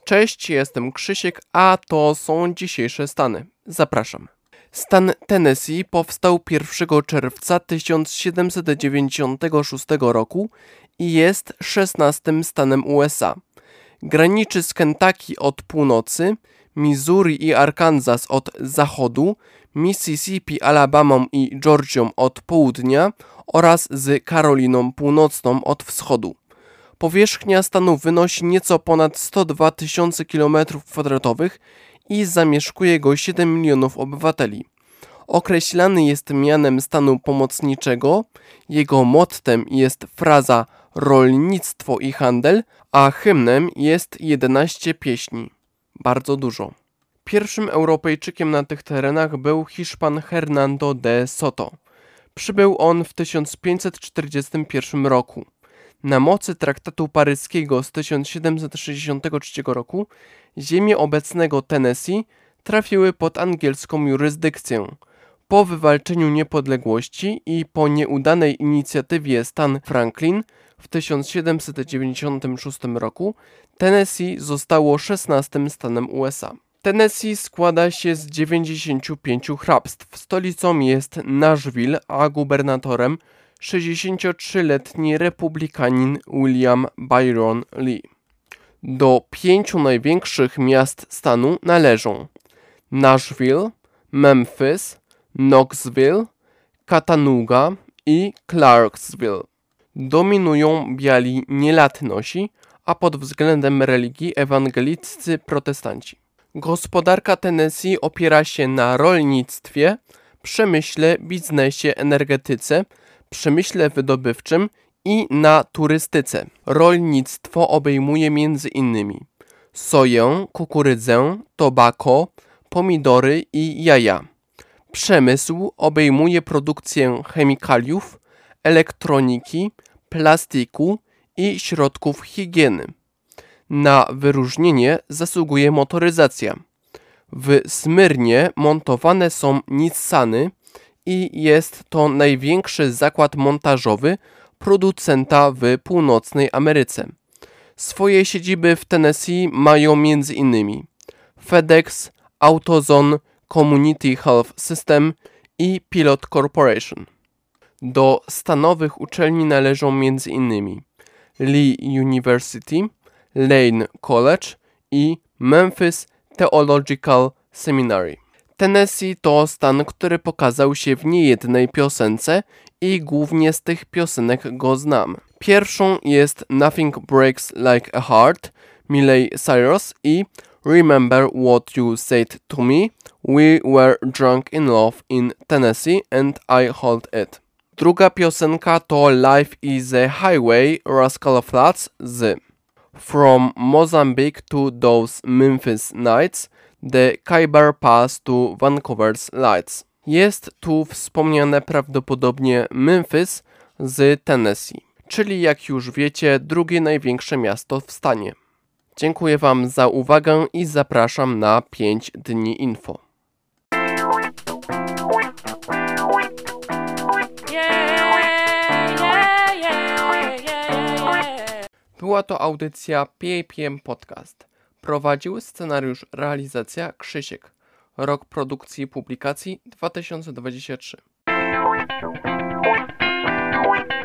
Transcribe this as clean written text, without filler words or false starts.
Cześć, jestem Krzysiek, a to są dzisiejsze stany. Zapraszam. Stan Tennessee powstał 1 czerwca 1796 roku i jest 16. stanem USA. Graniczy z Kentucky od północy, Missouri i Arkansas od zachodu, Mississippi, Alabamą i Georgią od południa oraz z Karoliną Północną od wschodu. Powierzchnia stanu wynosi nieco ponad 102 tysiące km² i zamieszkuje go 7 milionów obywateli. Określany jest mianem stanu pomocniczego, jego mottem jest fraza rolnictwo i handel, a hymnem jest 11 pieśni. Bardzo dużo. Pierwszym Europejczykiem na tych terenach był Hiszpan Hernando de Soto. Przybył on w 1541 roku. Na mocy traktatu paryskiego z 1763 roku ziemie obecnego Tennessee trafiły pod angielską jurysdykcję. Po wywalczeniu niepodległości i po nieudanej inicjatywie stan Franklin w 1796 roku Tennessee zostało 16. stanem USA. Tennessee składa się z 95 hrabstw. Stolicą jest Nashville, a gubernatorem 63-letni republikanin William Byron Lee. Do 5 największych miast stanu należą Nashville, Memphis, Knoxville, Chattanooga i Clarksville. Dominują biali nielatnosi, a pod względem religii ewangeliccy protestanci. Gospodarka Tennessee opiera się na rolnictwie, przemyśle, biznesie, energetyce, przemyśle wydobywczym i na turystyce. Rolnictwo obejmuje m.in. soję, kukurydzę, tobacco, pomidory i jaja. Przemysł obejmuje produkcję chemikaliów, elektroniki, plastiku i środków higieny. Na wyróżnienie zasługuje motoryzacja. W Smyrnie montowane są Nissany i jest to największy zakład montażowy producenta w północnej Ameryce. Swoje siedziby w Tennessee mają m.in. FedEx, AutoZone, Community Health System i Pilot Corporation. Do stanowych uczelni należą m.in. Lee University, Lane College i Memphis Theological Seminary. Tennessee to stan, który pokazał się w niejednej piosence i głównie z tych piosenek go znam. Pierwszą jest Nothing Breaks Like a Heart, Miley Cyrus i Remember What You Said to Me, We Were Drunk in Love in Tennessee and I Hold It. Druga piosenka to Life is a Highway, Rascal Flatts z From Mozambique to Those Memphis Nights, The Khyber Pass to Vancouver's Lights. Jest tu wspomniane prawdopodobnie Memphis z Tennessee, czyli jak już wiecie, drugie największe miasto w stanie. Dziękuję Wam za uwagę i zapraszam na 5 dni info. Była to audycja PAPM Podcast. Prowadził scenariusz, realizacja Krzysiek. Rok produkcji i publikacji 2023.